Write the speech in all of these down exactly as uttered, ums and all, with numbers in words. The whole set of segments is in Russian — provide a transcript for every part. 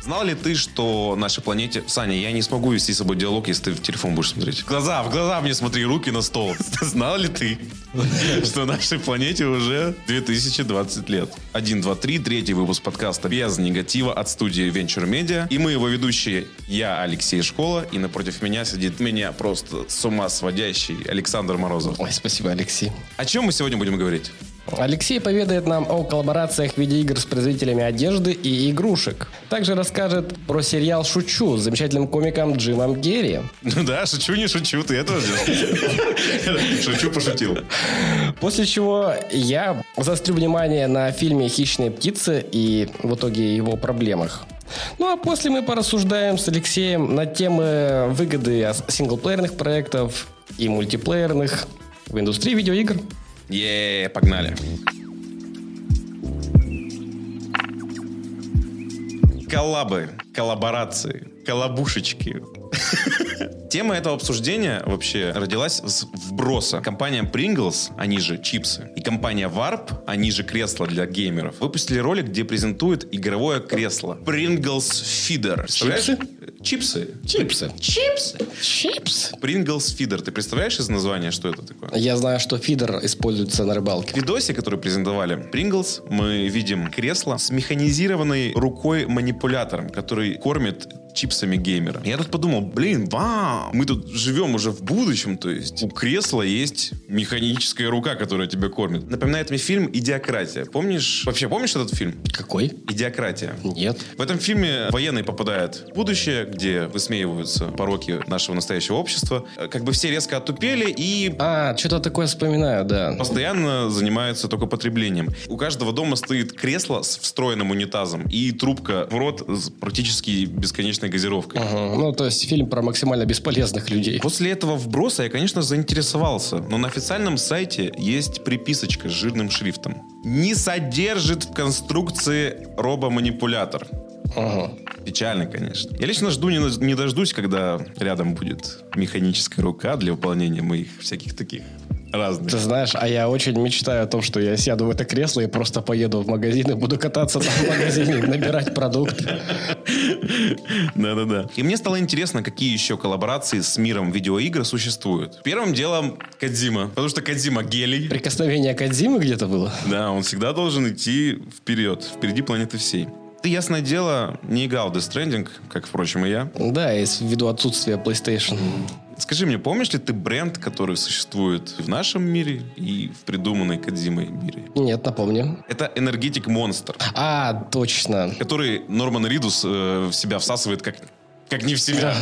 Знал ли ты, что нашей планете... Саня, я не смогу вести с собой диалог, если ты в телефон будешь смотреть. В глаза, в глаза мне смотри, руки на стол. Знал ли ты, что нашей планете уже две тысячи двадцать лет? Один, два, три, третий выпуск подкаста «Без негатива» от студии Venture Media. И мы его ведущие, я, Алексей Школа, и напротив меня сидит меня просто с ума сводящий Александр Морозов. Ой, спасибо, Алексей. О чем мы сегодня будем говорить? Алексей поведает нам о коллаборациях видеоигр с производителями одежды и игрушек. Также расскажет про сериал «Шучу» с замечательным комиком Джимом Керри. Ну да, шучу, не шучу, ты этого сделал. Шучу, пошутил. После чего я заострю внимание на фильме «Хищные птицы» и в итоге его проблемах. Ну а после мы порассуждаем с Алексеем на темы выгоды синглплеерных проектов и мультиплеерных в индустрии видеоигр. Е, погнали. Коллабы, коллаборации, коллабушечки. Тема этого обсуждения вообще родилась с вброса. Компания Pringles, они же чипсы, и компания Warp, они же кресла для геймеров, выпустили ролик, где презентуют игровое кресло Pringles Feeder. Чипсы? Чипсы. Чипсы. Чипсы. Чипсы. Pringles Feeder. Ты представляешь из названия, что это такое? Я знаю, что фидер используется на рыбалке. В видосе, который презентовали Pringles, мы видим кресло с механизированной рукой-манипулятором, который кормит чипсами геймера. Я тут подумал, блин, вау, мы тут живем уже в будущем, то есть у кресла есть механическая рука, которая тебя кормит. Напоминает мне фильм «Идиократия». Помнишь, вообще помнишь этот фильм? Какой? «Идиократия». Нет. В этом фильме военный попадает в будущее, где высмеиваются пороки нашего настоящего общества. Как бы все резко оттупели и... А, что-то такое вспоминаю, да. Постоянно занимаются только потреблением. У каждого дома стоит кресло с встроенным унитазом и трубка в рот с практически бесконечной газировкой. Ага. Ну, то есть фильм про максимально бесполезных людей. После этого вброса я, конечно, заинтересовался. Но на официальном сайте есть приписочка с жирным шрифтом. Не содержит в конструкции робоманипулятор. Ага. Печально, конечно. Я лично жду, не, не дождусь, когда рядом будет механическая рука для выполнения моих всяких таких разных. Ты знаешь, а я очень мечтаю о том, что я сяду в это кресло и просто поеду в магазин и буду кататься там в магазине, набирать продукты. Да-да-да. И мне стало интересно, какие еще коллаборации с миром видеоигр существуют. Первым делом Кодзима. Потому что Кодзима гелий. Прикосновение Кодзимы где-то было? Да, он всегда должен идти вперед. Впереди планеты всей. Ты, ясное дело, не играл в Death Stranding, как, впрочем, и я. Да, и ввиду отсутствия PlayStation. Скажи мне, помнишь ли ты бренд, который существует в нашем мире и в придуманной Кодзимой мире? Нет, напомню. Это Energetic Monster. А, точно. Который Норман Ридус э, в себя всасывает как... Как не в себя.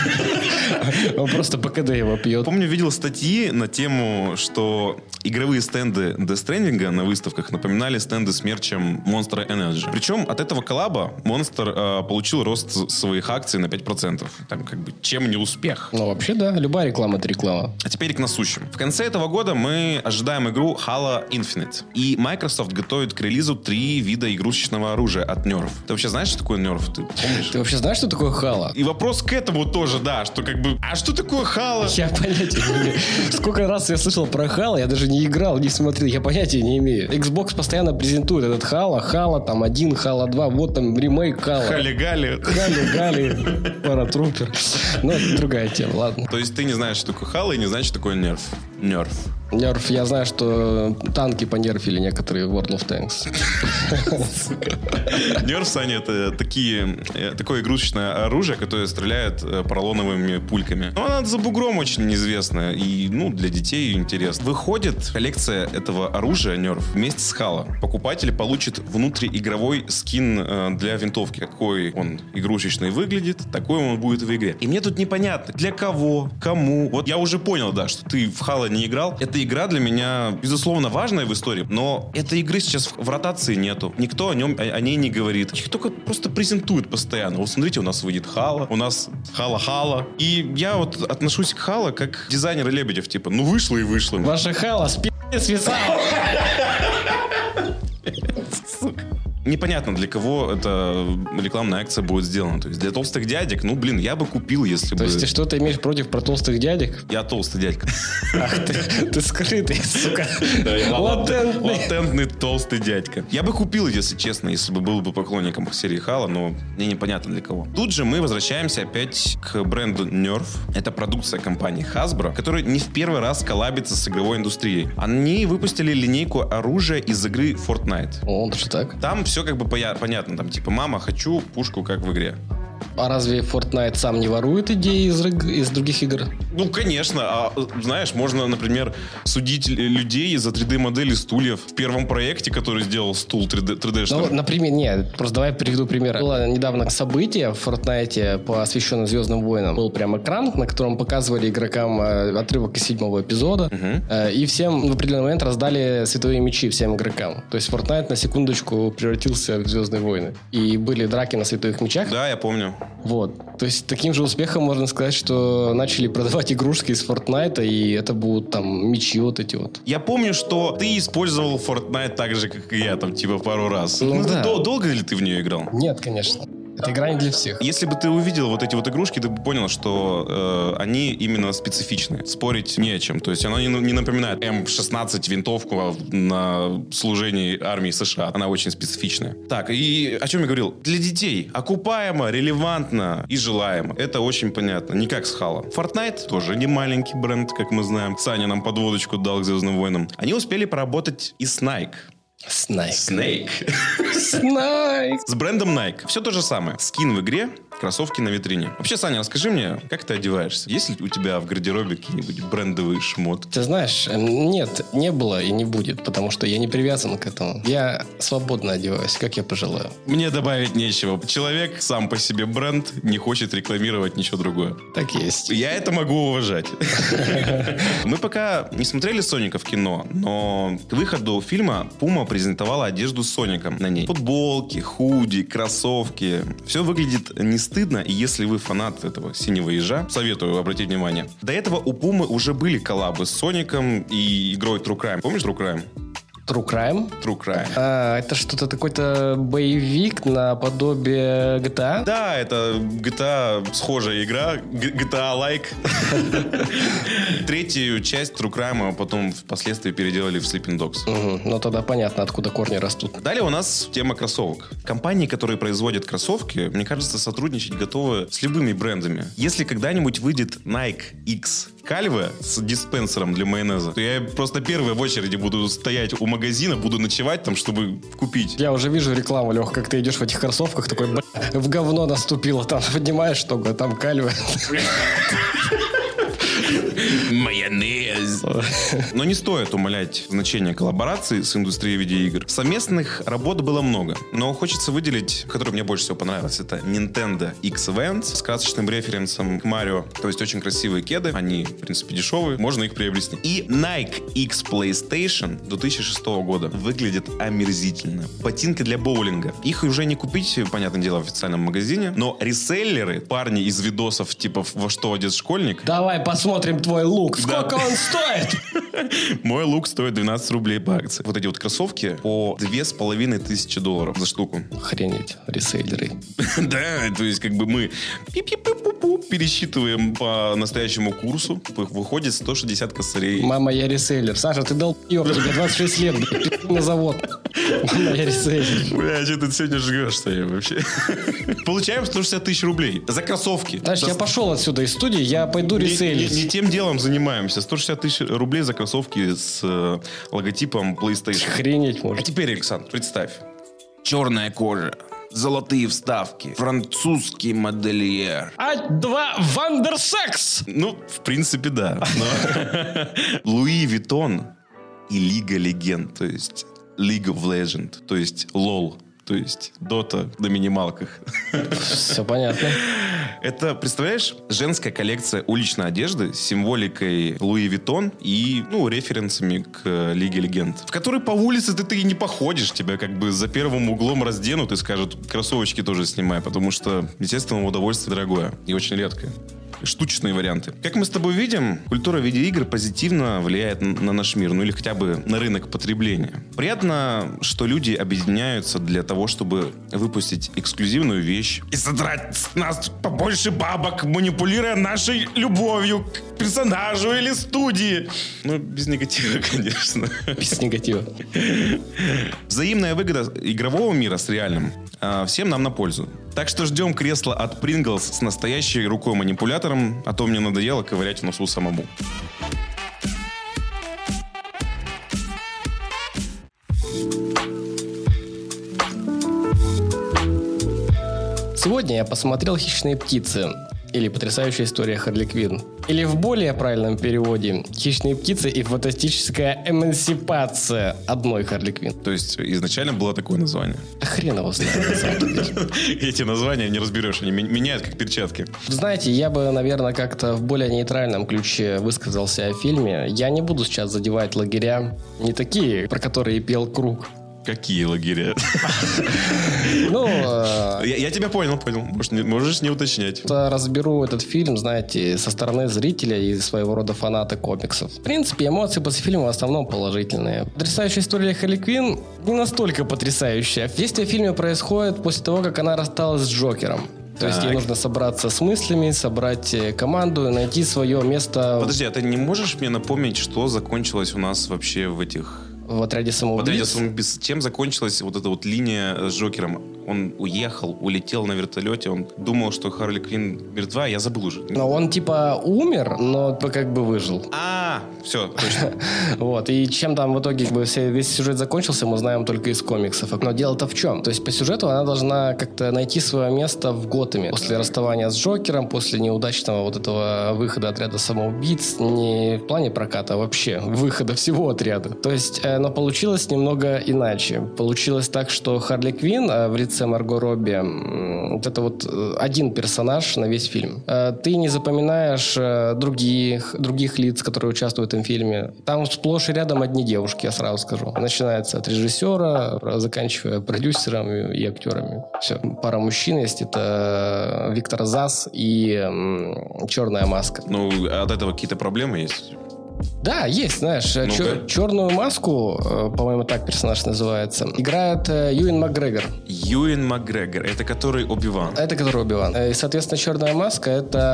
Он просто по КД его пьет. Помню, видел статьи на тему, что игровые стенды Death Stranding на выставках напоминали стенды с мерчем Monster Energy. Причем от этого коллаба Monster э, получил рост своих акций на пять процентов. Там как бы чем не успех. Ну, вообще, да. Любая реклама — это реклама. А теперь к насущим. В конце этого года мы ожидаем игру Halo Infinite. И Microsoft готовит к релизу три вида игрушечного оружия от Nerf. Ты вообще знаешь, что такое Nerf? Ты помнишь? Ты вообще знаешь, что такое Halo? И вопрос к этому тоже, да, что как бы... А что такое Halo? Я понятия не имею. Сколько раз я слышал про Halo, я даже не играл, не смотрел, я понятия не имею. Xbox постоянно презентует этот Halo, Halo там один, Halo два, вот там ремейк Halo. Хали-гали. Хали-гали, Паратрупер. Ну, это другая тема, ладно. То есть ты не знаешь, что такое Halo и не знаешь, что такое Nerf? Nerf. Нерф, я знаю, что танки понерфили некоторые в World of Tanks. Nerf, Саня, это такие, такое игрушечное оружие, которое стреляет поролоновыми пульками. Но она за бугром очень известная и, ну, для детей интересно. Выходит коллекция этого оружия Nerf вместе с Halo. Покупатель получит внутриигровой скин для винтовки. Какой он игрушечный выглядит, такой он будет в игре. И мне тут непонятно, для кого, кому. Вот я уже понял, да, что ты в Halo не играл. Эта игра для меня, безусловно, важная в истории, но этой игры сейчас в ротации нету. Никто о, нем, о, о ней не говорит. Их только просто презентуют постоянно. Вот смотрите, у нас выйдет Halo, у нас Halo-Halo. И я вот отношусь к Halo как дизайнер Лебедев. Типа, ну вышло и вышло. Ваша Halo с пи***ц свисала. непонятно, для кого эта рекламная акция будет сделана. То есть для толстых дядек, ну, блин, я бы купил, если То бы... То есть ты что-то имеешь против про толстых дядек? Я толстый дядька. Ах ты, ты скрытый, сука. Латентный. Латентный толстый дядька. Я бы купил, если честно, если бы был бы поклонником серии Хала, но мне непонятно для кого. Тут же мы возвращаемся опять к бренду Nerf. Это продукция компании Hasbro, которая не в первый раз коллабится с игровой индустрией. Они выпустили линейку оружия из игры Fortnite. О, что так? Там все как бы поя- понятно. Там типа, мама, хочу пушку, как в игре. А разве Fortnite сам не ворует идеи из, из других игр? Ну, конечно. А, знаешь, можно, например, судить людей за три дэ-модели стульев в первом проекте, который сделал стул три дэ-шный. Ну, например, нет, просто давай приведу пример. Было недавно событие в Fortnite, посвященное Звездным войнам. Был прям экран, на котором показывали игрокам отрывок из седьмого эпизода. Угу. И всем в определенный момент раздали световые мечи всем игрокам. То есть Fortnite на секундочку превратился в Звездные войны. И были драки на световых мечах. Да, я помню. Вот. То есть таким же успехом можно сказать, что начали продавать игрушки из Fortnite, и это будут там мечи вот эти вот. Я помню, что ты использовал Fortnite так же, как и я, там, типа, пару раз. Ну, ну да. Дол- долго ли ты в нее играл? Нет, конечно. Это игра не для всех. Если бы ты увидел вот эти вот игрушки, ты бы понял, что э, они именно специфичные. Спорить не о чем. То есть она не, не напоминает эм шестнадцать винтовку на служении армии США. Она очень специфичная. Так, и о чем я говорил? Для детей. Окупаемо, релевантно и желаемо. Это очень понятно. Не как с Halo. Fortnite тоже не маленький бренд, как мы знаем. Саня нам подводочку дал к Звездным войнам. Они успели поработать и с Nike. Снайк. Snake. Снайк. С брендом Nike. Все то же самое. Скин в игре, кроссовки на витрине. Вообще, Саня, расскажи мне, как ты одеваешься? Есть ли у тебя в гардеробе какие-нибудь брендовые шмотки? Ты знаешь, нет, не было и не будет, потому что я не привязан к этому. Я свободно одеваюсь, как я пожелаю. Мне добавить нечего. Человек сам по себе бренд, не хочет рекламировать ничего другое. Так есть. Я это могу уважать. Мы пока не смотрели Соника в кино, но к выходу фильма Puma презентовала одежду с Соником на ней. Футболки, худи, кроссовки. Все выглядит не стыдно, и если вы фанат этого синего ежа, советую обратить внимание. До этого у Пумы уже были коллабы с Соником и игрой True Crime. Помнишь True Crime? True Crime? True Crime. А, это что-то такой-то боевик наподобие джи ти эй? Да, это джи ти эй схожая игра, джи ти эй-like. Третью часть True Crime потом впоследствии переделали в Sleeping Dogs. Угу, ну тогда понятно, откуда корни растут. Далее у нас тема кроссовок. Компании, которые производят кроссовки, мне кажется, сотрудничать готовы с любыми брендами. Если когда-нибудь выйдет Nike X Calve с диспенсером для майонеза, то я просто первый в очереди буду стоять у магазина, буду ночевать там, чтобы купить. Я уже вижу рекламу, Лех, как ты идешь в этих кроссовках, такой, бля, в говно наступило, там поднимаешь штуку, а там Calve. Майонез. Но не стоит умалять значение коллабораций с индустрией видеоигр. Совместных работ было много, но хочется выделить, который мне больше всего понравился, это Nintendo X-Events с красочным референсом к Марио. То есть очень красивые кеды, они, в принципе, дешевые, можно их приобрести. И Nike X PlayStation две тысячи шестого года выглядит омерзительно. Ботинки для боулинга. Их уже не купить, понятное дело, в официальном магазине, но реселлеры, парни из видосов типа «Во что одет школьник». Давай посмотрим твой лук. Сколько он стоит? Мой лук стоит двенадцать рублей по акции. Вот эти вот кроссовки по две с половиной тысячи долларов за штуку. Охренеть, ресейлеры. Да, то есть как бы мы пересчитываем по настоящему курсу. Выходит сто шестьдесят косарей. Мама, я ресейлер. Саша, ты долбёб, тебе двадцать шесть лет, блядь, на завод. Мама, я ресейлер. Бля, что ты сегодня жгешь-то я вообще? Получаем сто шестьдесят тысяч рублей за кроссовки. Знаешь, я пошел отсюда из студии, я пойду ресейлить. Не, не тем делом занимаемся. сто шестьдесят тысяч рублей за кроссовки с э, логотипом PlayStation. Охренеть можно. А теперь, Александр, представь. Черная кожа, золотые вставки, французский модельер. А два Вандерсекс! Ну, в принципе, да. Луи Виттон и Лига Легенд, то есть League of Legends, то есть лол. То есть Дота на минималках. Все понятно. Это, представляешь, женская коллекция уличной одежды с символикой Луи Виттон и, ну, референсами к Лиге Легенд. В которой по улице ты, ты и не походишь, тебя как бы за первым углом разденут и скажут, кроссовочки тоже снимай, потому что, естественно, удовольствие дорогое и очень редкое. Штучные варианты. Как мы с тобой видим, культура видеоигр позитивно влияет на наш мир, ну или хотя бы на рынок потребления. Приятно, что люди объединяются для того, чтобы выпустить эксклюзивную вещь и содрать с нас побольше бабок, манипулируя нашей любовью к персонажу или студии. Ну, без негатива, конечно. Без негатива. Взаимная выгода игрового мира с реальным всем нам на пользу. Так что ждем кресла от Pringles с настоящей рукой-манипулятором, а то мне надоело ковырять в носу самому. Сегодня я посмотрел «Хищные птицы». Или «Потрясающая история Харли Квинн». Или в более правильном переводе «Хищные птицы и фантастическая эмансипация одной Харли Квинн». То есть изначально было такое название? А хрен его знает, на самом деле. Эти названия не разберешь, они меняют как перчатки. Знаете, я бы, наверное, как-то в более нейтральном ключе высказался о фильме. Я не буду сейчас задевать лагеря, не такие, про которые пел Круг. Какие лагеря? Ну, я, я тебя понял, понял. Можешь не, можешь не уточнять. Разберу этот фильм, знаете, со стороны зрителя и своего рода фаната комиксов. В принципе, эмоции после фильма в основном положительные. Потрясающая история Харли Квинн не настолько потрясающая. Действие в фильме происходит после того, как она рассталась с Джокером. То так. есть ей нужно собраться с мыслями, собрать команду и найти свое место. Подожди, а ты не можешь мне напомнить, что закончилось у нас вообще в этих... В «Отряде самоубийц»? В «Отряде самоубийц». Чем закончилась вот эта вот линия с Джокером? Он уехал, улетел на вертолете, он думал, что Харли Квинн мертва, я забыл уже. Но он типа умер, но как бы выжил. А, все, точно. Вот, и чем там в итоге весь сюжет закончился, мы знаем только из комиксов. Но дело-то в чем? То есть по сюжету она должна как-то найти свое место в Готэме. После расставания с Джокером, после неудачного вот этого выхода «Отряда самоубийц», не в плане проката, а вообще выхода всего отряда. То есть, но получилось немного иначе. Получилось так, что Харли Квинн в лице Марго Робби, вот это вот один персонаж на весь фильм. Ты не запоминаешь других, других лиц, которые участвуют в этом фильме. Там сплошь и рядом одни девушки, я сразу скажу. Начинается от режиссера, заканчивая продюсером и актерами. Все. Пара мужчин есть. Это Виктор Зас и Черная маска. Ну, от этого какие-то проблемы есть? Да, есть, знаешь, чер- черную маску, по-моему, так персонаж называется, играет Юэн Макгрегор. Юэн Макгрегор, это который Оби-Ван? Это который Оби-Ван. И, соответственно, черная маска —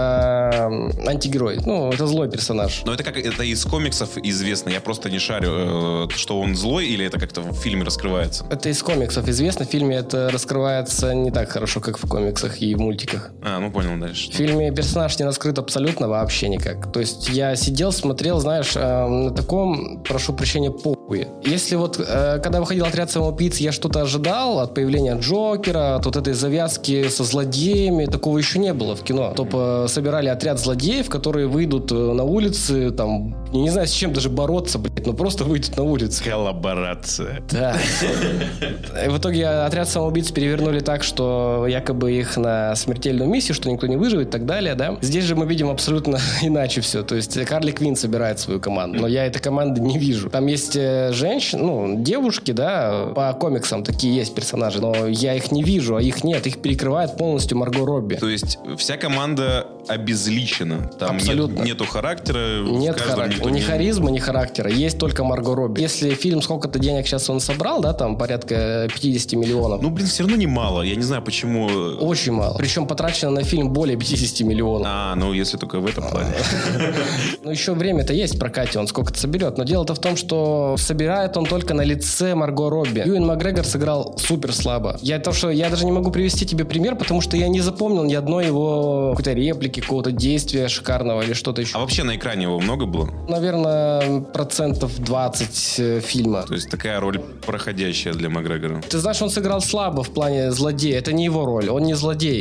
это антигерой. Ну, это злой персонаж. Но это как это из комиксов известно, я просто не шарю, что он злой или это как-то в фильме раскрывается? Это из комиксов известно, в фильме это раскрывается не так хорошо, как в комиксах и в мультиках. А, ну понял дальше. В фильме персонаж не раскрыт абсолютно вообще никак. То есть я сидел, смотрел, знаешь, на таком, прошу прощения, похуе. Если вот, когда выходил «Отряд самоубийц», я что-то ожидал от появления Джокера, от вот этой завязки со злодеями, такого еще не было в кино. То собирали отряд злодеев, которые выйдут на улицы, там, я не знаю, с чем даже бороться, блядь, но просто выйдут на улицу. Коллаборация. Да. И в итоге «Отряд самоубийц» перевернули так, что якобы их на смертельную миссию, что никто не выживет и так далее, да. Здесь же мы видим абсолютно иначе все. То есть Харли Квинн собирает свою команду, но я этой команды не вижу. Там есть женщины, ну, девушки, да, по комиксам такие есть персонажи, но я их не вижу, а их нет. Их перекрывает полностью Марго Робби. То есть вся команда обезличена. Там абсолютно. Нет, нету характера. Нет характера. Ни харизмы, ни характера. Есть только Марго Робби. Если фильм сколько-то денег сейчас он собрал, да, там порядка пятьдесят миллионов. Ну, блин, все равно немало. Я не знаю, почему... Очень мало. Причем потрачено на фильм более пятьдесят миллионов. А, ну, если только в этом плане. Ну, еще время-то есть в прокате, он сколько-то соберет. Но дело-то в том, что собирает он только на лице Марго Робби. Юэн Макгрегор сыграл супер слабо. Я, то, что, я даже не могу привести тебе пример, потому что я не запомнил ни одной его какой-то реплики, какого-то действия шикарного или что-то еще. А вообще на экране его много было? Наверное, процентов двадцать фильма. То есть такая роль проходящая для Макгрегора. Ты знаешь, он сыграл слабо в плане злодея. Это не его роль, он не злодей.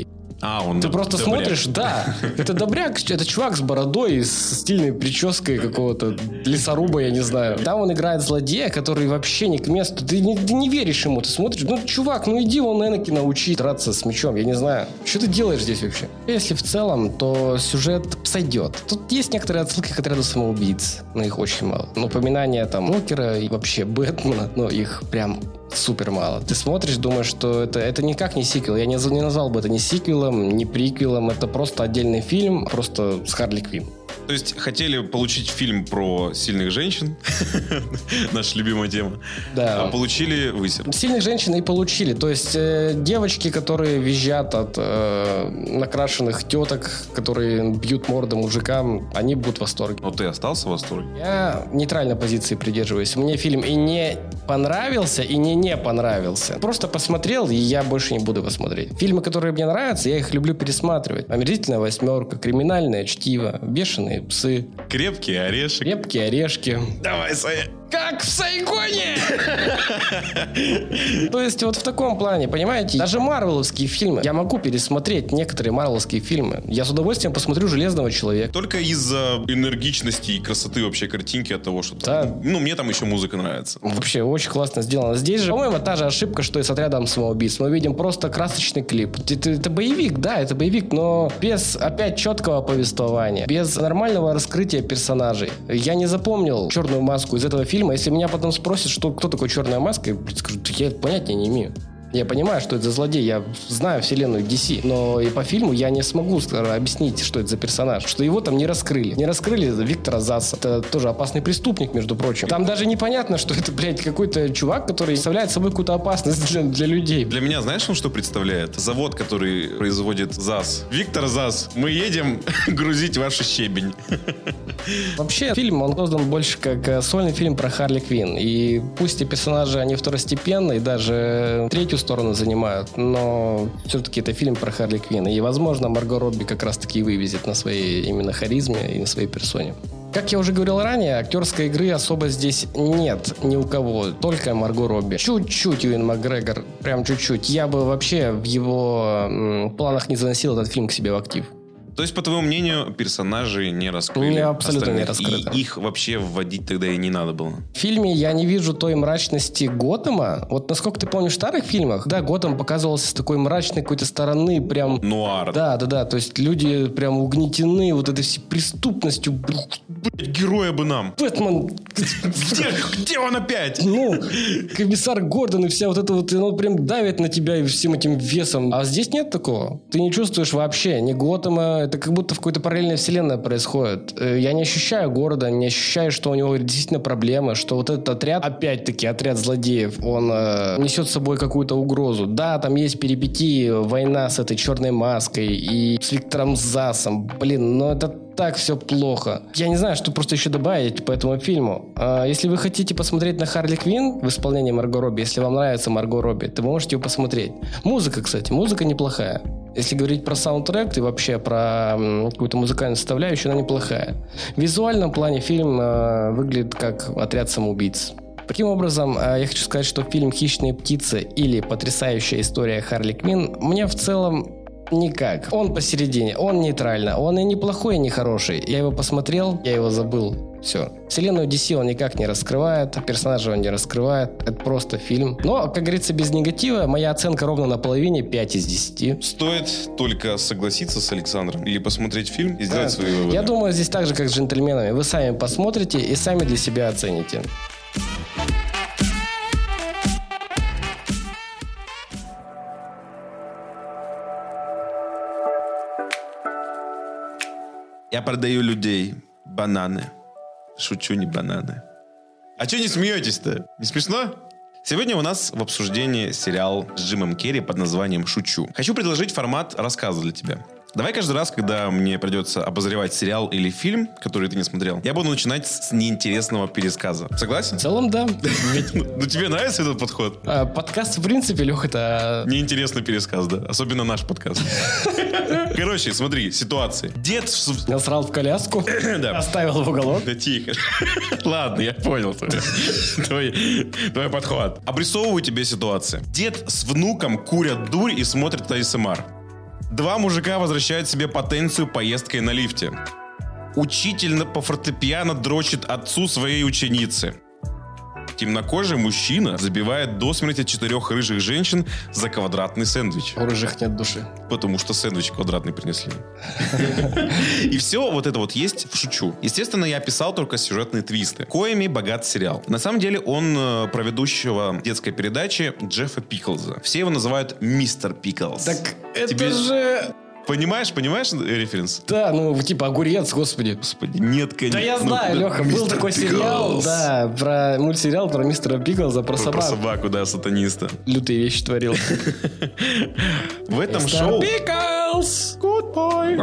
А, он Ты просто добряк. смотришь, да, это добряк, это чувак с бородой, с стильной прической какого-то лесоруба, я не знаю. Там он играет злодея, который вообще не к месту. Ты не, ты не веришь ему, ты смотришь, ну, чувак, ну иди вон Энакина учи драться с мечом, я не знаю. Что ты делаешь здесь вообще? Если в целом, то сюжет сойдет. Тут есть некоторые отсылки к отряду самоубийц, но их очень мало. Но упоминания там Нокера и вообще Бэтмена, но их прям супер мало. Ты смотришь, думаешь, что это, это никак не сиквел. Я не, не назвал бы это ни сиквелом, ни приквелом. Это просто отдельный фильм, просто с Харли Квинн. То есть хотели получить фильм про сильных женщин, наша любимая тема, Да. а получили высер. Сильных женщин и получили. То есть э, девочки, которые визжат от э, накрашенных теток, которые бьют морды мужикам, они будут в восторге. Но ты остался в восторге? Я нейтральной позиции придерживаюсь. Мне фильм и не понравился, и не не понравился. Просто посмотрел, и я больше не буду его смотреть. Фильмы, которые мне нравятся, я их люблю пересматривать. «Омерзительная восьмерка», «Криминальное чтиво», «Бешеные псы», Крепкий орешек. «Крепкие орешки». Давай, Сая. Как в Сайгоне! То есть вот в таком плане, понимаете? Даже марвеловские фильмы. Я могу пересмотреть некоторые марвеловские фильмы. Я с удовольствием посмотрю «Железного человека». Только из-за энергичности и красоты вообще картинки от того, что... Да. там- Ну, мне там еще музыка нравится. Вообще очень классно сделано. Здесь же, по-моему, та же ошибка, что и с «Отрядом самоубийц». Мы видим просто красочный клип. Это, это боевик, да, это боевик, но без опять четкого повествования, без нормального раскрытия персонажей. Я не запомнил «Черную маску» из этого фильма. Если меня потом спросят, что, кто такой «Черная маска», я скажу, я понятия не имею. Я понимаю, что это за злодей, я знаю вселенную ди си, но и по фильму я не смогу объяснить, что это за персонаж, что его там не раскрыли. Не раскрыли Виктора Засса. Это тоже опасный преступник, между прочим. Там даже непонятно, что это, блядь, какой-то чувак, который представляет собой какую-то опасность для, для людей. Для меня, знаешь, он что представляет? Завод, который производит ЗАЗ. Виктор ЗАЗ, мы едем грузить ваш щебень. Вообще, фильм, он создан больше как э, сольный фильм про Харли Квинн. И пусть и персонажи, они второстепенные, даже третью сторону занимают, но все-таки это фильм про Харли Квинн. И, возможно, Марго Робби как раз-таки вывезет на своей именно харизме и на своей персоне. Как я уже говорил ранее, актерской игры особо здесь нет ни у кого, только Марго Робби. Чуть-чуть Юэн Макгрегор, прям чуть-чуть. Я бы вообще в его м, планах не заносил этот фильм к себе в актив. То есть, по твоему мнению, персонажи не раскрыли? Не, абсолютно не остальных, раскрыты. И их вообще вводить тогда и не надо было. В фильме я не вижу той мрачности Готэма. Вот насколько ты помнишь в старых фильмах, да, Готэм показывался с такой мрачной какой-то стороны, прям... Нуар. Да, да, да, то есть люди прям угнетены вот этой всей преступностью. Блять, героя бы нам. Бэтмен, Где, где он опять? ну, комиссар Гордон и вся вот это вот, оно прям давит на тебя и всем этим весом. А здесь нет такого. Ты не чувствуешь вообще ни Готэма, это как будто в какой-то параллельной вселенной происходит. Э, Я не ощущаю города, не ощущаю, что у него действительно проблемы, что вот этот отряд, опять-таки отряд злодеев, он э, несет с собой какую-то угрозу. Да, там есть перипетии, война с этой черной маской и с Виктором Засом. Блин, но это так все плохо. Я не знаю, что просто еще добавить по этому фильму. А, если вы хотите посмотреть на Харли Квинн в исполнении Марго Робби, если вам нравится Марго Робби, то вы можете ее посмотреть. Музыка, кстати, музыка неплохая. Если говорить про саундтрек и вообще про м, какую-то музыкальную составляющую, она неплохая. В визуальном плане фильм э, выглядит как «Отряд самоубийц». Таким образом, э, я хочу сказать, что фильм «Хищные птицы» или «Потрясающая история Харли Квинн» мне в целом никак. Он посередине, он нейтрально, он и неплохой, и не хороший. Я его посмотрел, я его забыл. Все. Вселенную ди си он никак не раскрывает, персонажа он не раскрывает. Это просто фильм. Но, как говорится, без негатива, моя оценка ровно на половине, пять из десяти. Стоит только согласиться с Александром или посмотреть фильм и сделать Да. свои выводы. Я думаю, здесь так же, как с «Джентльменами». Вы сами посмотрите и сами для себя оцените. Я продаю людей бананы. Шучу, не бананы. А что не смеетесь-то? Не смешно? Сегодня у нас в обсуждении сериал с Джимом Керри под названием «Шучу». Хочу предложить формат рассказа для тебя. Давай каждый раз, когда мне придется обозревать сериал или фильм, который ты не смотрел, я буду начинать с неинтересного пересказа. Согласен? В целом, да. Ну тебе нравится этот подход? А, подкаст, в принципе, Лех, это... Неинтересный пересказ, да? Особенно наш подкаст. Короче, смотри, ситуация. Дед... в- Насрал в коляску, Да. оставил в уголок. Да тихо. Ладно, я понял твой, твой, твой подход. Обрисовываю тебе ситуацию. Дед с внуком курят дурь и смотрят эй эс эм ар. Два мужика возвращают себе потенцию поездкой на лифте. Учитель по фортепиано дрочит отцу своей ученицы. Темнокожий мужчина забивает до смерти четырех рыжих женщин за квадратный сэндвич. У рыжих нет души. Потому что сэндвич квадратный принесли. И все вот это вот есть в «Шучу». Естественно, я описал только сюжетные твисты. Коими богат сериал. На самом деле он про ведущего детской передачи Джеффа Пиклза. Все его называют мистер Пиклз. Так это Тебе... же... Понимаешь, понимаешь референс? Да, ну типа огурец, господи. Господи, нет, конечно. Да я знаю, ну, Леха, был такой Пиклз. Сериал, да, про мультсериал про мистера Пиклза, про, про собаку. Про собаку, да, сатаниста. Лютые вещи творил. В этом шоу... Пиклз! Good boy!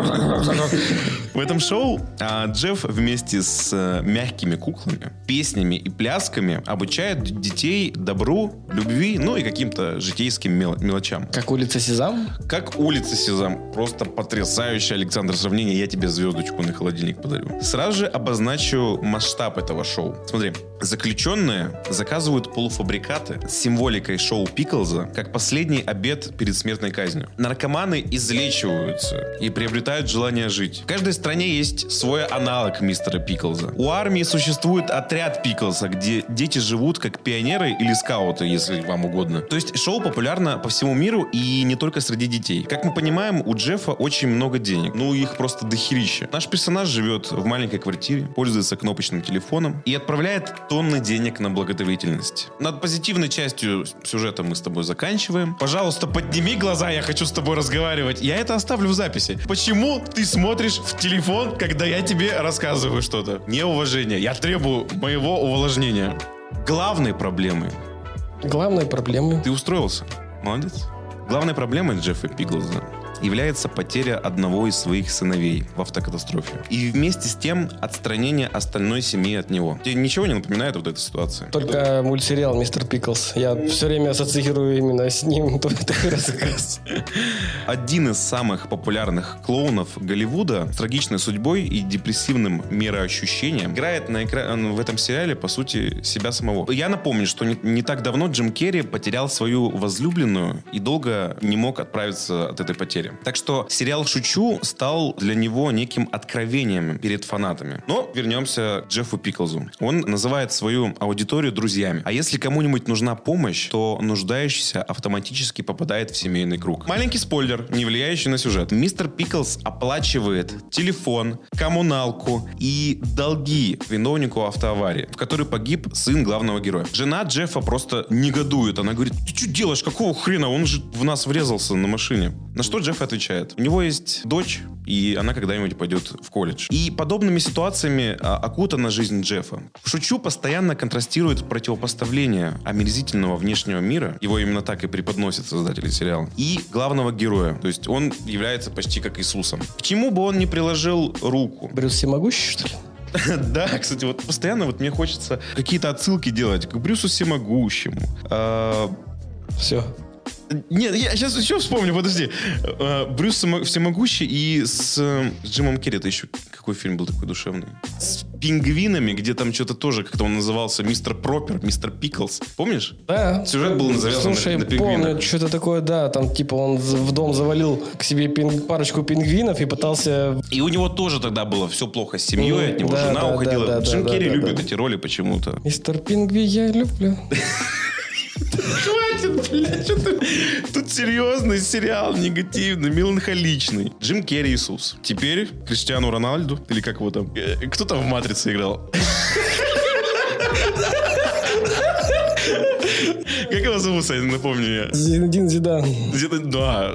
В этом шоу а, Джефф вместе с а, мягкими куклами, песнями и плясками обучает детей добру, любви, ну и каким-то житейским мел- мелочам. Как улица Сезам? Как улица Сезам. Просто потрясающее, Александр, сравнение. Я тебе звездочку на холодильник подарю. Сразу же обозначу масштаб этого шоу. Смотри, заключенные заказывают полуфабрикаты с символикой шоу Пиклза как последний обед перед смертной казнью. Наркоманы излечиваются и приобретают желание жить. В каждой стране есть свой аналог мистера Пиклза. У армии существует отряд Пиклза, где дети живут как пионеры или скауты, если вам угодно. То есть шоу популярно по всему миру и не только среди детей. Как мы понимаем, у Джеффа очень много денег. Ну, их просто дохерища. Наш персонаж живет в маленькой квартире, пользуется кнопочным телефоном и отправляет тонны денег на благотворительность. Над позитивной частью сюжета мы с тобой заканчиваем. Пожалуйста, подними глаза, я хочу с тобой разговаривать. Я это оставлю в записи. Почему ты смотришь в телефон, когда я тебе рассказываю что-то? Неуважение. Я требую моего увлажнения. Главной проблемой... Главной проблемой... Ты устроился. Молодец. Главной проблемой Джеффа Пиклза является потеря одного из своих сыновей в автокатастрофе. И вместе с тем отстранение остальной семьи от него. Тебе ничего не напоминает вот эта ситуация? Только мультсериал «Мистер Пиклз». Я все время ассоциирую именно с ним такой рассказ. Один из самых популярных клоунов Голливуда с трагичной судьбой и депрессивным мироощущением играет на экра... в этом сериале, по сути, себя самого. Я напомню, что не, не так давно Джим Керри потерял свою возлюбленную и долго не мог отправиться от этой потери. Так что сериал «Шучу» стал для него неким откровением перед фанатами. Но вернемся к Джеффу Пиклзу. Он называет свою аудиторию друзьями. А если кому-нибудь нужна помощь, то нуждающийся автоматически попадает в семейный круг. Маленький спойлер, не влияющий на сюжет. Мистер Пиклз оплачивает телефон, коммуналку и долги виновнику автоаварии, в которой погиб сын главного героя. Жена Джеффа просто негодует. Она говорит: ты что делаешь? Какого хрена? Он же в нас врезался на машине. На что Джефф отвечает: у него есть дочь, и она когда-нибудь пойдет в колледж. И подобными ситуациями а, окутана жизнь Джеффа. В «Шучу» постоянно контрастирует противопоставление омерзительного внешнего мира, его именно так и преподносят создатели сериала, и главного героя. То есть он является почти как Иисусом. К чему бы он ни приложил руку. Брюс Всемогущий, что ли? Да, кстати, вот постоянно вот мне хочется какие-то отсылки делать к Брюсу Всемогущему. Все. Нет, я сейчас еще вспомню, подожди. Брюс Всемогущий и с Джимом Керри. Это еще какой фильм был такой душевный? С пингвинами, где там что-то тоже, как-то он назывался Мистер Пропер, Мистер Пиклз. Помнишь? Да. Сюжет был завязан Слушай, на, на пингвинах. помню, что-то такое, да. Там типа он в дом завалил к себе пинг, парочку пингвинов и пытался... И у него тоже тогда было все плохо с семьей, mm, от него да, жена да, уходила. Да, да, Джим да, Керри да, любит да. эти роли почему-то. Мистер Пингви, я люблю. Хватит, блядь, что ты... Тут серьезный сериал, негативный, меланхоличный. Джим Керри Иисус. Теперь Криштиану Роналду, или как его там, кто там в «Матрице» играл? Как его зовут, кстати, напомню я? Зинедин Зидан. Да.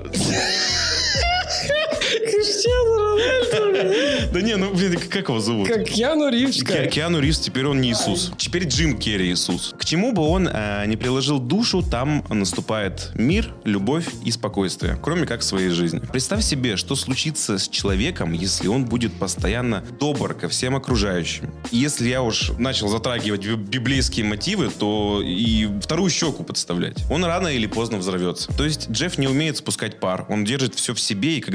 Криштиану Рональду. Да не, ну, блин, как его зовут? Как Киану Ривз. Ки- Киану Ривз, теперь он не Иисус. Теперь Джим Керри Иисус. К чему бы он э, не приложил душу, там наступает мир, любовь и спокойствие. Кроме как в своей жизни. Представь себе, что случится с человеком, если он будет постоянно добр ко всем окружающим. И если я уж начал затрагивать библейские мотивы, то и вторую щеку подставлять. Он рано или поздно взорвется. То есть Джефф не умеет спускать пар. Он держит все в себе, и когда негатив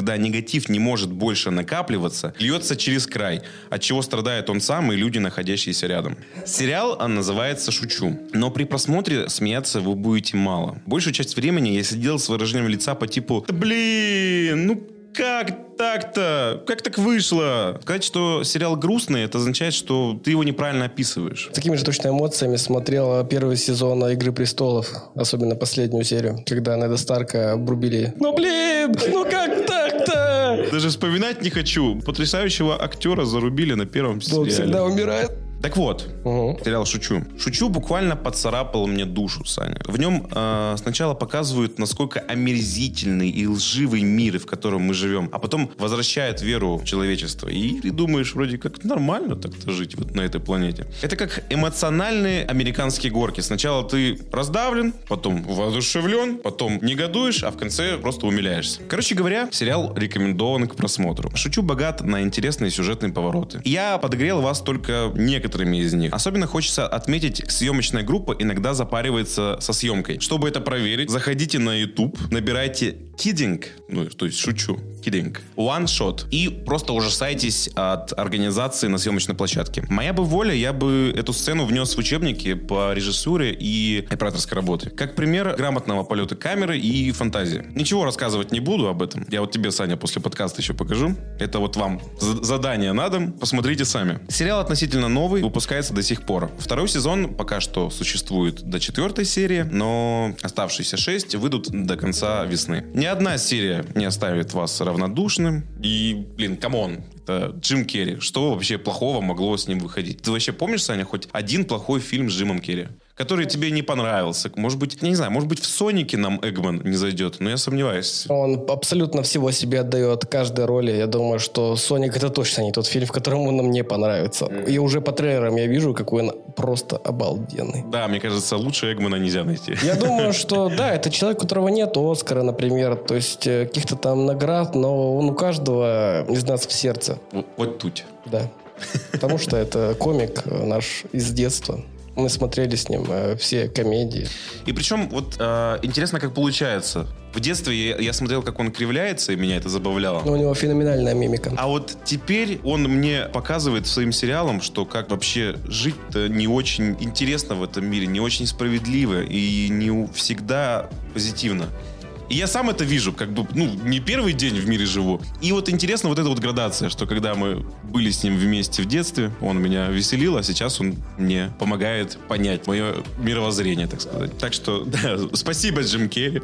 негатив не может больше накапливаться, льется через край, от чего страдает он сам и люди, находящиеся рядом. Сериал он называется «Шучу», но при просмотре смеяться вы будете мало. Большую часть времени я сидел с выражением лица по типу «Да блин, ну как так-то? Как так вышло?» Сказать, что сериал грустный, это означает, что ты его неправильно описываешь. С такими же точно эмоциями смотрел первый сезон «Игры престолов», особенно последнюю серию, когда Неда Старка обрубили. Ну блин, ну как так-то? Даже вспоминать не хочу. Потрясающего актера зарубили на первом сериале. Он всегда умирает. Так вот, угу. Сериал «Шучу». «Шучу» буквально поцарапал мне душу, Саня. В нем э, сначала показывают, насколько омерзительный и лживый мир, в котором мы живем, а потом возвращает веру в человечество. И ты думаешь, вроде как нормально так-то жить вот на этой планете. Это как эмоциональные американские горки. Сначала ты раздавлен, потом воодушевлен, потом негодуешь, а в конце просто умиляешься. Короче говоря, сериал рекомендован к просмотру. «Шучу» богат на интересные сюжетные повороты. Я подогрел вас только некоторыми из них. Особенно хочется отметить, съемочная группа иногда запаривается со съемкой. Чтобы это проверить, заходите на YouTube, набирайте kidding, ну, то есть шучу, kidding, one shot, и просто ужасайтесь от организации на съемочной площадке. Моя бы воля, я бы эту сцену внес в учебники по режиссуре и операторской работе. Как пример грамотного полета камеры и фантазии. Ничего рассказывать не буду об этом. Я вот тебе, Саня, после подкаста еще покажу. Это вот вам задание на дом. Посмотрите сами. Сериал относительно новый, выпускается до сих пор. Второй сезон пока что существует до четвертой серии, но оставшиеся шесть выйдут до конца весны. Ни одна серия не оставит вас равнодушным. И, блин, камон, это Джим Керри. Что вообще плохого могло с ним выходить? Ты вообще помнишь, Саня, хоть один плохой фильм с Джимом Керри, который тебе не понравился? Может быть, я не знаю, может быть, в «Сонике» нам Эггман не зайдет, но я сомневаюсь. Он абсолютно всего себе отдает каждой роли. Я думаю, что «Соник» — это точно не тот фильм, в котором он нам не понравится. Mm. И уже по трейлерам я вижу, какой он просто обалденный. Да, мне кажется, лучше Эггмана нельзя найти. Я думаю, что да, это человек, у которого нет Оскара, например, то есть каких-то там наград, но он у каждого из нас в сердце. Вот, вот тут. Да. Потому что это комик наш из детства. Мы смотрели с ним э, все комедии. И причем, вот э, интересно, как получается. В детстве я, я смотрел, как он кривляется, и меня это забавляло. Но у него феноменальная мимика. А вот теперь он мне показывает своим сериалом, что как вообще жить-то не очень интересно в этом мире, не очень справедливо и не всегда позитивно. И я сам это вижу, как бы, ну, не первый день в мире живу. И вот интересно вот эта вот градация, что когда мы были с ним вместе в детстве, он меня веселил, а сейчас он мне помогает понять мое мировоззрение, так сказать. Так что, да, спасибо, Джим Керри.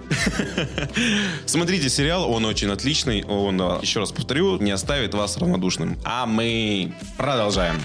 Смотрите сериал, он очень отличный. Он, еще раз повторю, не оставит вас равнодушным. А мы продолжаем.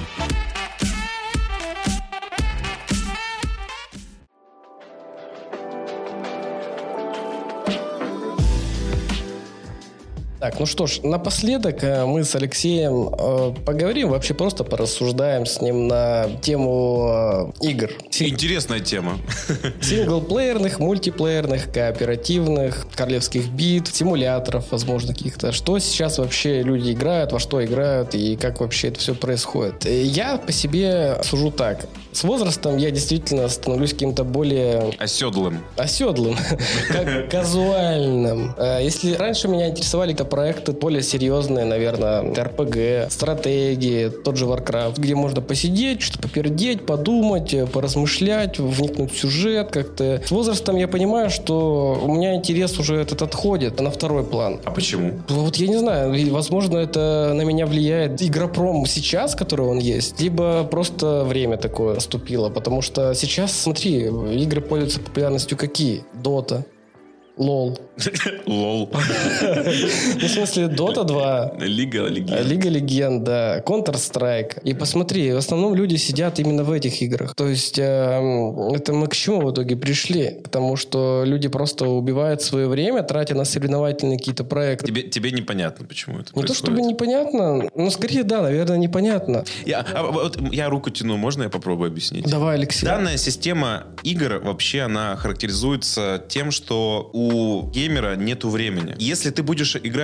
Так, ну что ж, напоследок мы с Алексеем э, поговорим, вообще просто порассуждаем с ним на тему э, игр. Интересная тема. Синглплеерных, мультиплеерных, кооперативных, королевских битв, симуляторов, возможно, каких-то. Что сейчас вообще люди играют, во что играют и как вообще это все происходит. Я по себе сужу так. С возрастом я действительно становлюсь каким-то более... Оседлым. Оседлым. Казуальным. Если раньше меня интересовали какие-то проекты более серьезные, наверное, эр пи джи, стратегии, тот же Warcraft, где можно посидеть, что-то попердеть, подумать, поразмышлять, вникнуть в сюжет как-то. С возрастом я понимаю, что у меня интерес уже этот отходит на второй план. А почему? Вот я не знаю, возможно, это на меня влияет игропром сейчас, который он есть, либо просто время такое наступило, потому что сейчас, смотри, игры пользуются популярностью какие? Дота. Лол. Лол. Ну, в смысле, Дота два. Лига Легенд. Лига Легенд, да. Counter-Strike. И посмотри, в основном люди сидят именно в этих играх. То есть, э, это мы к чему в итоге пришли? Потому что люди просто убивают свое время, тратя на соревновательные какие-то проекты. Тебе, тебе непонятно, почему это Не происходит? то чтобы непонятно, но скорее, да, наверное, непонятно. Я, а, вот, я руку тяну, можно я попробую объяснить? Давай, Алексей. Данная система игр вообще, она характеризуется тем, что у геймера нету времени. Если ты будешь играть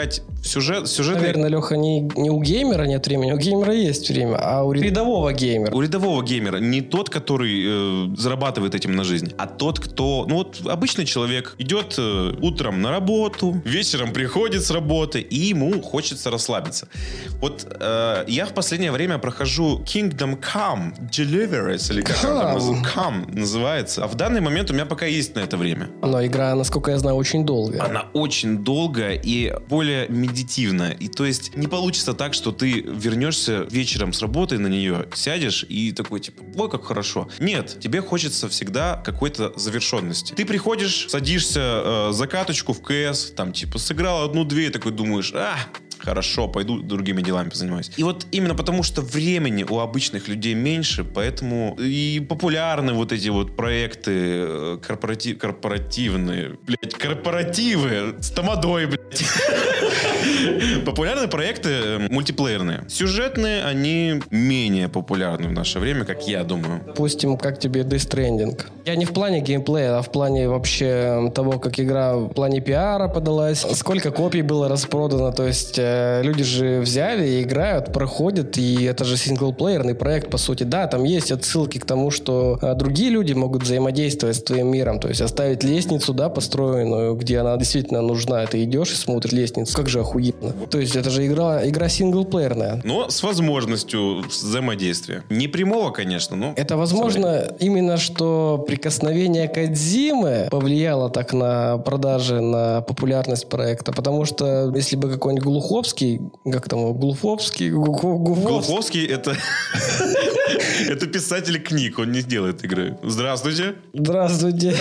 Сюжет, сюжет... Наверное, Леха, не, не у геймера нет времени, у геймера есть время, а у рядового геймера. У рядового геймера не тот, который э, зарабатывает этим на жизнь, а тот, кто... Ну вот обычный человек идет э, утром на работу, вечером приходит с работы, и ему хочется расслабиться. Вот э, я в последнее время прохожу Kingdom Come Deliverance, или как она там Come называется. А в данный момент у меня пока есть на это время. Но игра, насколько я знаю, очень долгая. Она очень долгая и более медитивная. И то есть не получится так, что ты вернешься вечером с работы на нее, сядешь и такой типа, ой, как хорошо. Нет, тебе хочется всегда какой-то завершенности. Ты приходишь, садишься э, за каточку в КС, там типа сыграл одну-две, и такой думаешь, а, хорошо, пойду другими делами позанимаюсь. И вот именно потому, что времени у обычных людей меньше, поэтому и популярны вот эти вот проекты корпоратив, корпоративные, блядь, корпоративы с тамадой, блядь. Популярные проекты мультиплеерные. Сюжетные, они менее популярны в наше время, как я думаю. Допустим, как тебе Death Stranding? Я не в плане геймплея, а в плане вообще того, как игра в плане пиара подалась, сколько копий было распродано, то есть э, люди же взяли и играют, проходят, и это же синглплеерный проект, по сути. Да, там есть отсылки к тому, что э, другие люди могут взаимодействовать с твоим миром, то есть оставить лестницу, да, построенную, где она действительно нужна, ты идешь и смотришь лестницу, как же охуенно. То есть это же игра, игра синглплеерная. Но с возможностью взаимодействия. Не прямого, конечно, но... Это возможно именно, что прикосновение Кодзимы повлияло так на продажи, на популярность проекта, потому что если бы какой-нибудь Глуховский, как там, Глуховский, Глуховский это... Это писатель книг, он не делает игры. Здравствуйте. Здравствуйте.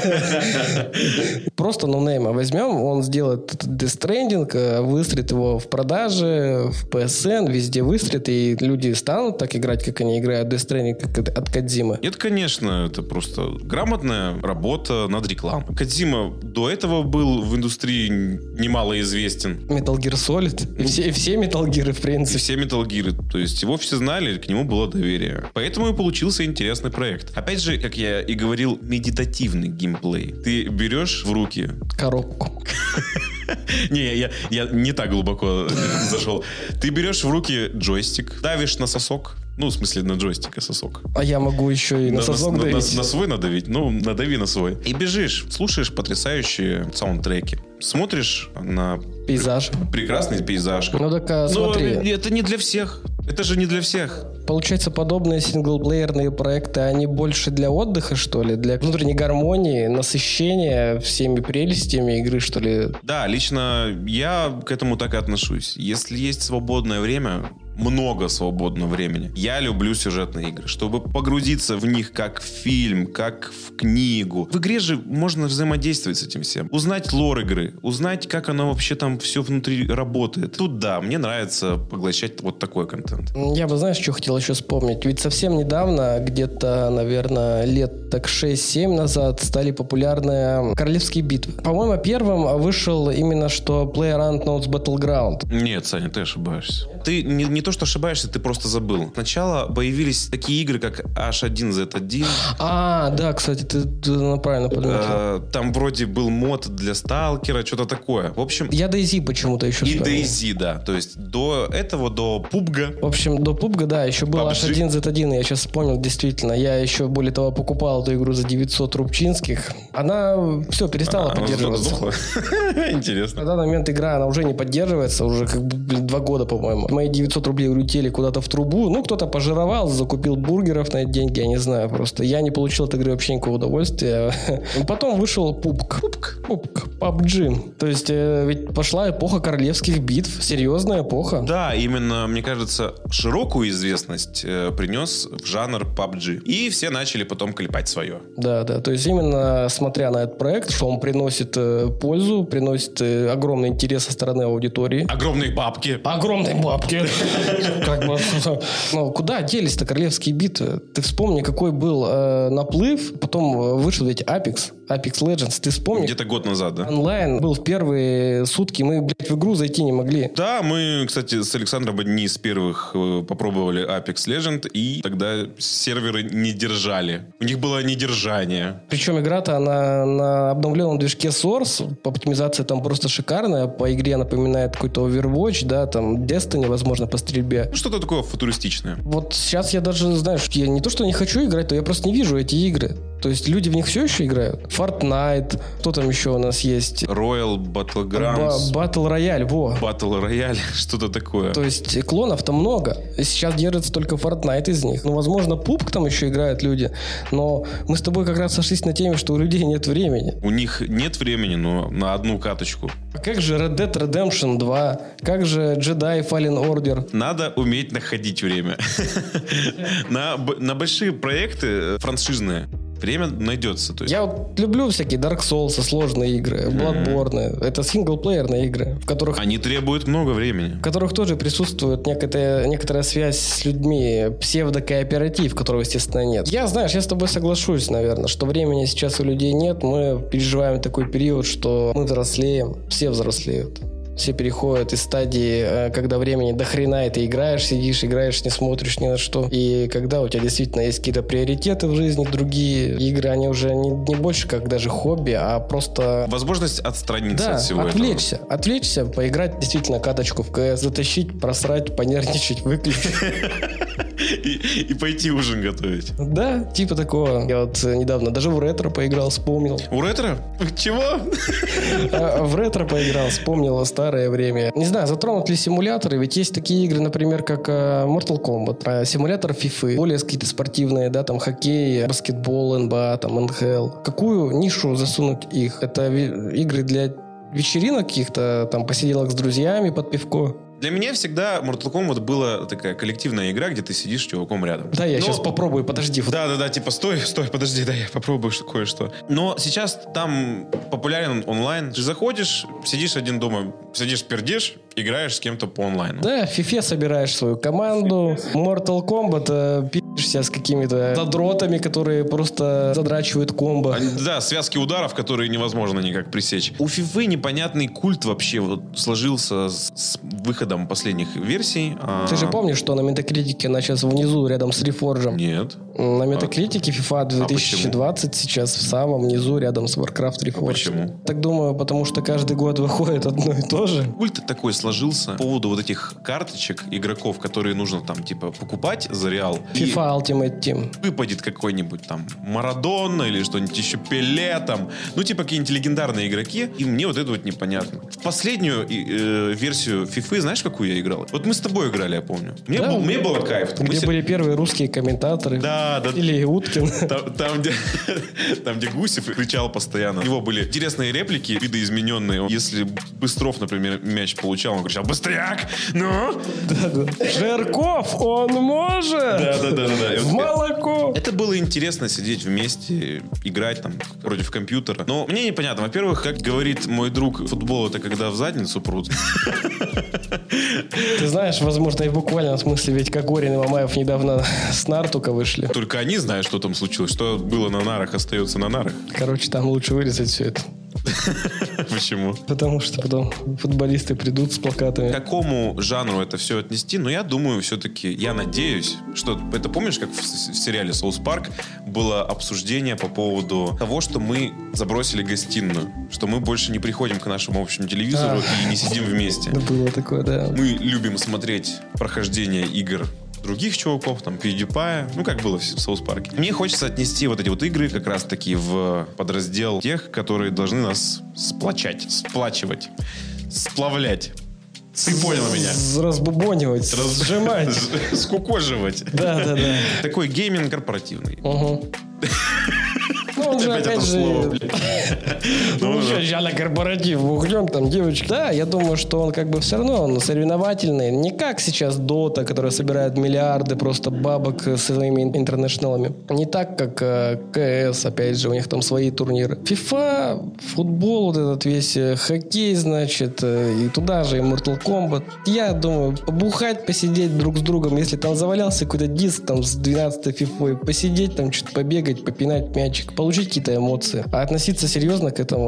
Просто ноунейма возьмем, он сделает Death Stranding, выстрелит его в продаже, в пи эс эн, везде выстрелит, и люди станут так играть, как они играют Death Stranding от Кодзимы. Это, конечно, это просто грамотная работа над рекламой. Кодзима до этого был в индустрии немало известен. Metal Gear Solid. И все, и все Metal Gear, в принципе. И все Metal Gear. То есть его все знали, к нему было доверие. Поэтому и получился интересный проект. Опять же, как я и говорил, медитативный геймплей. Ты берешь в руки... коробку. Не, я, я не так глубоко зашел. Ты берешь в руки джойстик, давишь на сосок. Ну, в смысле, на джойстик, а сосок. А я могу еще и на, на сосок на, давить. На, на свой надавить? Ну, надави на свой. И бежишь, слушаешь потрясающие саундтреки. Смотришь на... Пейзаж. Прекрасный пейзаж. Ну, так а, смотри. Но это не для всех. Это же не для всех. Получается, подобные синглплеерные проекты, они больше для отдыха, что ли? Для внутренней гармонии, насыщения всеми прелестями игры, что ли? Да, лично я к этому так и отношусь. Если есть свободное время, много свободного времени, я люблю сюжетные игры, чтобы погрузиться в них как в фильм, как в книгу. В игре же можно взаимодействовать с этим всем. Узнать лор игры, узнать, как оно вообще там все внутри работает. Тут да, мне нравится поглощать вот такой контент. Я бы, знаешь, что хотел еще вспомнить? Ведь совсем недавно, где-то, наверное, лет так шесть-семь назад, стали популярны королевские битвы. По-моему, первым вышел именно что PlayerUnknown's Battleground. Нет, Саня, ты ошибаешься. Ты не, не то, что ошибаешься, ты просто забыл. Сначала появились такие игры, как эйч один зет один. А, да, кстати, ты, ты правильно подметил. А, там вроде был мод для Сталкера, что-то такое. В общем... Я DayZ почему-то еще И вспомнил. DayZ, да. То есть до этого, до пубга. В общем, до пубга, да, еще был пабг. эйч один зет один, я сейчас вспомнил, действительно. Я еще, более того, покупал эту игру за девятьсот рубчинских. Она все, перестала а, поддерживаться. Интересно. На данный момент игра, она уже не поддерживается, уже как бы, блин, два года, по-моему. Мои девятьсот рублей улетели куда-то в трубу. Ну, кто-то пожировал, закупил бургеров на эти деньги, я не знаю просто. Я не получил от игры вообще никакого удовольствия. Потом вышел пубг. Пубг. Пубг. пабг. То есть, э, ведь пошла эпоха королевских битв. Серьезная эпоха. Да, именно, мне кажется, широкую известность э, принес в жанр пабг. И все начали потом клепать свое. Да, да. То есть, именно смотря на этот проект, что он приносит э, пользу, приносит э, огромный интерес со стороны аудитории. Огромные бабки. Огромные бабки. Как бы, ну, куда делись-то королевские битвы? Ты вспомни, какой был э, наплыв. Потом вышел ведь Apex. Apex Legends. Ты вспомни. Где-то год назад, да? Онлайн был в первые сутки, мы, блядь, в игру зайти не могли. Да, мы, кстати, с Александром одни из первых э, попробовали Apex Legends, и тогда серверы не держали. У них было недержание. Причем игра-то, она на обновленном движке Source, по оптимизации там просто шикарная, по игре напоминает какой-то Overwatch, да, там Destiny, возможно, по стрельбе. Ну, что-то такое футуристичное. Вот сейчас я даже, знаешь, я не то, что не хочу играть, то я просто не вижу эти игры. То есть люди в них все еще играют. Fortnite, кто там еще у нас есть? Royal Battlegrounds. Ба- Battle Royale, во. Battle Royale, что-то такое. То есть клонов-то много. И сейчас держится только Fortnite из них. Ну, возможно, пубг там еще играют люди. Но мы с тобой как раз сошлись на теме, что у людей нет времени. У них нет времени, но на одну каточку. А как же Red Dead Redemption два? Как же Jedi Fallen Order? Надо уметь находить время. На большие проекты франшизные время найдется. То есть. Я вот люблю всякие Dark Souls, сложные игры, Bloodborne. Mm-hmm. Это синглплеерные игры, в которых... Они требуют много времени. В которых тоже присутствует некоторая, некоторая связь с людьми, псевдокооператив, которого, естественно, нет. Я, знаешь, я с тобой соглашусь, наверное, что времени сейчас у людей нет. Мы переживаем такой период, что мы взрослеем, все взрослеют. Все переходят из стадии, когда времени до хрена, и ты играешь, сидишь, играешь, не смотришь ни на что. И когда у тебя действительно есть какие-то приоритеты в жизни, другие игры, они уже не, не больше как даже хобби, а просто... Возможность отстраниться да, от всего отвлечься, этого. Отвлечься, поиграть действительно каточку в КС, затащить, просрать, понервничать, выключить. И, и пойти ужин готовить. Да, типа такого. Я вот недавно даже в ретро поиграл, вспомнил. У ретро? Чего? В ретро поиграл, вспомнил старое время. Не знаю, затронут ли симуляторы, ведь есть такие игры, например, как Mortal Kombat, симулятор FIFA, более какие-то спортивные, да, там хоккей, баскетбол, эн бэ а, там эн эйч эл. Какую нишу засунуть их? Это игры для вечеринок каких-то, там посиделок с друзьями под пивко? Для меня всегда Mortal Kombat была такая коллективная игра, где ты сидишь с чуваком рядом. Да, я Но... сейчас попробую, подожди. Да-да-да, типа стой, стой, подожди, да, я попробую кое-что. Но сейчас там популярен онлайн. Ты заходишь, сидишь один дома, сидишь, пердишь, играешь с кем-то по онлайну. Да, в FIFA собираешь свою команду. Mortal Kombat пи***шься с какими-то задротами, которые просто задрачивают комбо. Да, связки ударов, которые невозможно никак пресечь. У FIFA непонятный культ вообще вот сложился с, с выходом последних версий. Ты же помнишь, что на Метакритике она сейчас внизу, рядом с Reforged? Нет. На Метакритике FIFA две тысячи двадцать а сейчас в самом низу, рядом с Warcraft Reforged. А почему? Так думаю, потому что каждый год выходит одно и то же. Культ такой сложился по поводу вот этих карточек игроков, которые нужно там типа покупать за реал. FIFA Ultimate Team. Выпадет какой-нибудь там Марадона или что-нибудь еще, Пеле там. Ну, типа какие-нибудь легендарные игроки. И мне вот это вот непонятно. В последнюю э, версию FIFA, знаешь, какую я играл? Вот мы с тобой играли, я помню. Мне, да, был, мне было кайф. Где мы были с... первые русские комментаторы. Да, да. Или Уткин. Там, там, где, там, где Гусев кричал постоянно. У него были интересные реплики, видоизмененные. Если Быстров, например, мяч получал, он кричал: «Быстряк! Ну!» да, да. «Жирков, он может!» Да, да, да, да, да. В молоко! Это было интересно сидеть вместе, играть там против компьютера. Но мне непонятно. Во-первых, как говорит мой друг, футбол — это когда в задницу прут. Ты знаешь, возможно, и в буквальном смысле, ведь Кокорин и Мамаев недавно с нар только вышли. Только они знают, что там случилось. Что было на нарах, остается на нарах. Короче, там лучше вырезать все это. Почему? Потому что потом футболисты придут с плакатами. К какому жанру это все отнести? Но я думаю, все-таки, я надеюсь, что это, помнишь, как в, в сериале «Соус Парк» было обсуждение по поводу того, что мы забросили гостиную, что мы больше не приходим к нашему общему телевизору а. и не сидим вместе. Да, было такое, да. Мы любим смотреть прохождение игр других чуваков, там, PewDiePie, ну, как было в Соус Парке. Мне хочется отнести вот эти вот игры как раз-таки в подраздел тех, которые должны нас сплочать, сплачивать, сплавлять. Ты понял меня? Разбубонивать, разжимать. Скукоживать. Да, да, да. Такой гейминг корпоративный. Угу. Ну, он же, опять же... Ну, уже сейчас на корпоратив бухнем, там, девочки. Да, я думаю, что он как бы все равно он соревновательный. Не как сейчас Дота, которая собирает миллиарды просто бабок с своими интернешнлами. Не так, как КС, опять же, у них там свои турниры. FIFA, футбол, вот этот весь хоккей, значит, и туда же и Mortal Kombat. Я думаю, побухать, посидеть друг с другом, если там завалялся какой-то диск там с двенадцатой фифой, посидеть там, что-то побегать, попинать мячик, получить какие-то эмоции. А относиться серьезно к этому, ну,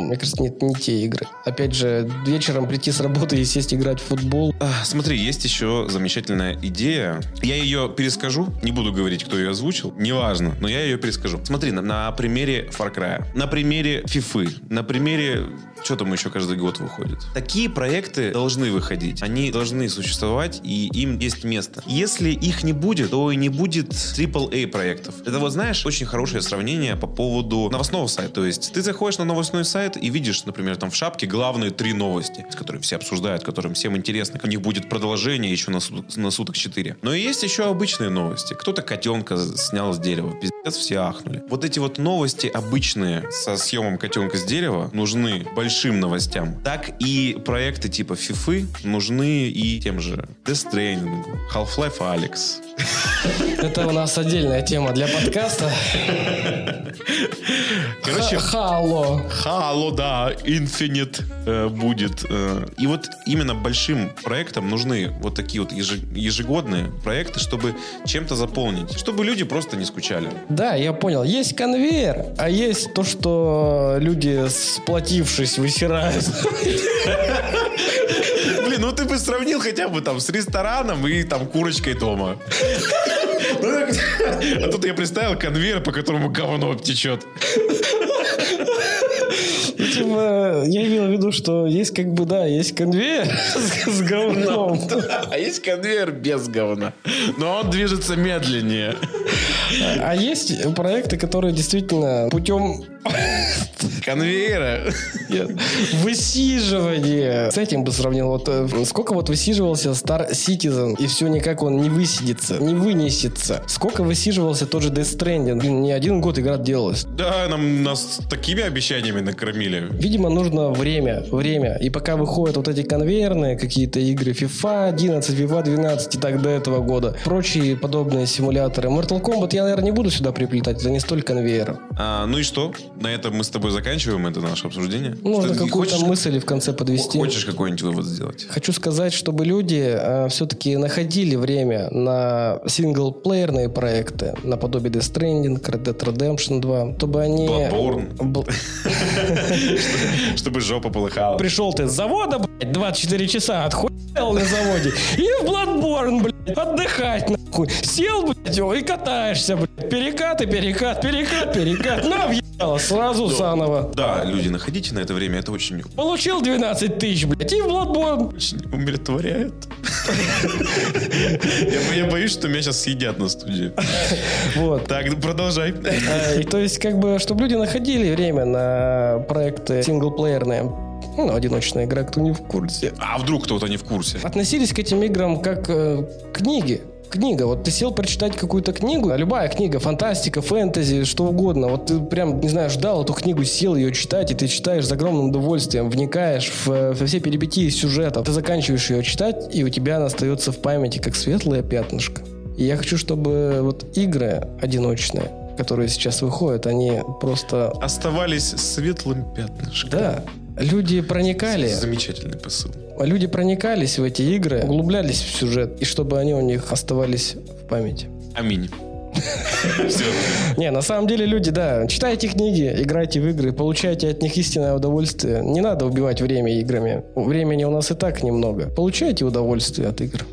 мне кажется, нет, не те игры. Опять же, вечером прийти с работы и сесть играть в футбол. А, смотри, есть еще замечательная идея. Я ее перескажу. Не буду говорить, кто ее озвучил. Неважно, но я ее перескажу. Смотри, на, на примере Far Cry, на примере FIFA, на примере... Что там еще каждый год выходит? Такие проекты должны выходить. Они должны существовать, и им есть место. Если их не будет, то и не будет трипл эй проектов. Это вот, знаешь, очень хорошее сравнение по поводу новостного сайта. То есть ты заходишь на новостной сайт и видишь, например, там в шапке главные три новости, которые все обсуждают, которым всем интересно. У них будет продолжение еще на, суток, на суток четыре. Но и есть еще обычные новости. Кто-то котенка снял с дерева. Пиздец, все ахнули. Вот эти вот новости обычные со съемом котенка с дерева нужны большим новостям. Так и проекты типа FIFA нужны и тем же Death Stranding, Half-Life Alyx. Это у нас отдельная тема для подкаста. Короче, Halo. Halo, да, Infinite э, будет. Э, и вот именно большим проектам нужны вот такие вот ежегодные проекты, чтобы чем-то заполнить, чтобы люди просто не скучали. Да, я понял. Есть конвейер, а есть то, что люди, сплотившись, высирают. Блин, ну ты бы сравнил хотя бы там с рестораном и там курочкой дома. А тут я представил конвейер, по которому говно течет. Типа, я имел в виду, что есть как бы, да, есть конвейер с, с говном. А есть конвейер без говна. Но он движется медленнее. А, а есть проекты, которые действительно путем конвейера высиживания. С этим бы сравнил. Вот сколько вот высиживался Star Citizen, и все никак он не высидится, не вынесется. Сколько высиживался тот же Death Stranding. Блин, не один год игра делалась. Да, нам нас такими обещаниями накормили. Видимо, нужно время, время. И пока выходят вот эти конвейерные какие-то игры, FIFA одиннадцать, FIFA двенадцать и так до этого года, прочие подобные симуляторы. Mortal Kombat я, наверное, не буду сюда приплетать, это не столь конвейеров. А, ну и что? На этом мы с тобой заканчиваем это наше обсуждение. Можно что, какую-то хочешь, мысль в конце подвести. Хочешь какой-нибудь вывод сделать? Хочу сказать, чтобы люди э, все-таки находили время на синглплеерные проекты, наподобие Death Stranding, Red Dead Redemption два, чтобы они... Bloodborne. Чтобы жопа полыхала. Пришел ты с завода, блядь, двадцать четыре часа отхуял на заводе, и в Bloodborne, блядь, отдыхать, нахуй. Сел, блядь, и катаешься, блядь. Перекат и перекат, перекат, перекат. На, въебало, сразу заново. Да, люди, находите на это время, это очень... Получил двенадцать тысяч, блядь, и в Bloodborne. Очень умиротворяет. Я боюсь, что меня сейчас съедят на студии. Вот. Так, продолжай. И то есть, как бы, чтобы люди находили время на проекты синглплеерные. Ну, одиночная игра, кто не в курсе. А вдруг кто-то не в курсе? Относились к этим играм как э, книги. Книга. Вот ты сел прочитать какую-то книгу, а любая книга, фантастика, фэнтези, что угодно. Вот ты прям, не знаю, ждал эту книгу, сел ее читать, и ты читаешь с огромным удовольствием, вникаешь в, во все перипетии сюжета. Ты заканчиваешь ее читать, и у тебя она остается в памяти как светлое пятнышко. И я хочу, чтобы вот игры одиночные, которые сейчас выходят, они просто... оставались светлым пятнышком. Да. Люди проникали. Замечательный посыл. Люди проникались в эти игры, углублялись в сюжет, и чтобы они у них оставались в памяти. Аминь. Не, на самом деле люди, да, читайте книги, играйте в игры, получайте от них истинное удовольствие. Не надо убивать время играми. Времени у нас и так немного. Получайте удовольствие от игр.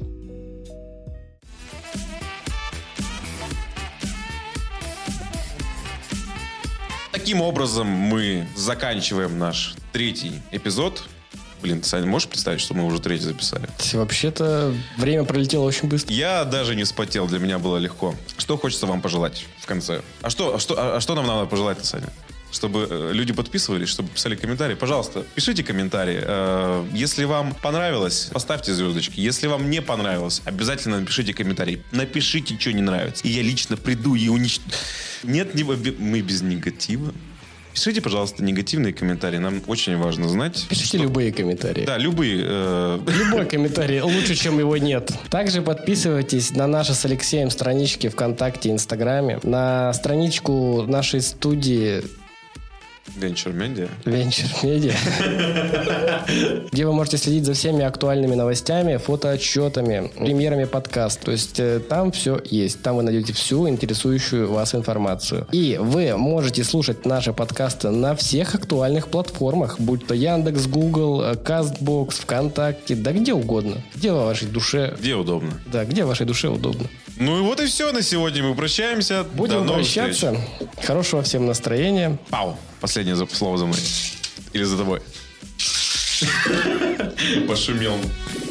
Таким образом мы заканчиваем наш третий эпизод. Блин, ты, Саня, можешь представить, что мы уже третий записали? Вообще-то время пролетело очень быстро. Я даже не вспотел, для меня было легко. Что хочется вам пожелать в конце? А что, а что, а что нам надо пожелать-то, Саня? Чтобы э, люди подписывались, чтобы писали комментарии. Пожалуйста, пишите комментарии. Э, если вам понравилось, поставьте звездочки. Если вам не понравилось, обязательно напишите комментарий. Напишите, что не нравится. И я лично приду и уничтожу. Нет, не, мы без негатива. Пишите, пожалуйста, негативные комментарии. Нам очень важно знать. Пишите что... любые комментарии. Да, любые. Э... Любой комментарий лучше, чем его нет. Также подписывайтесь на наши с Алексеем странички ВКонтакте, Инстаграме, на страничку нашей студии Venture Media. Venture Media. Где вы можете следить за всеми актуальными новостями, фотоотчетами, премьерами подкаст. То есть э, там все есть. Там вы найдете всю интересующую вас информацию. И вы можете слушать наши подкасты на всех актуальных платформах, будь то Яндекс, Google, Castbox, ВКонтакте, да где угодно. Где в вашей душе... Где удобно. Да, где в вашей душе удобно. Ну и вот и все на сегодня. Мы прощаемся. Будем прощаться. Хорошего всем настроения. Пау. Последнее слово за мной. Или за тобой. Пошумел.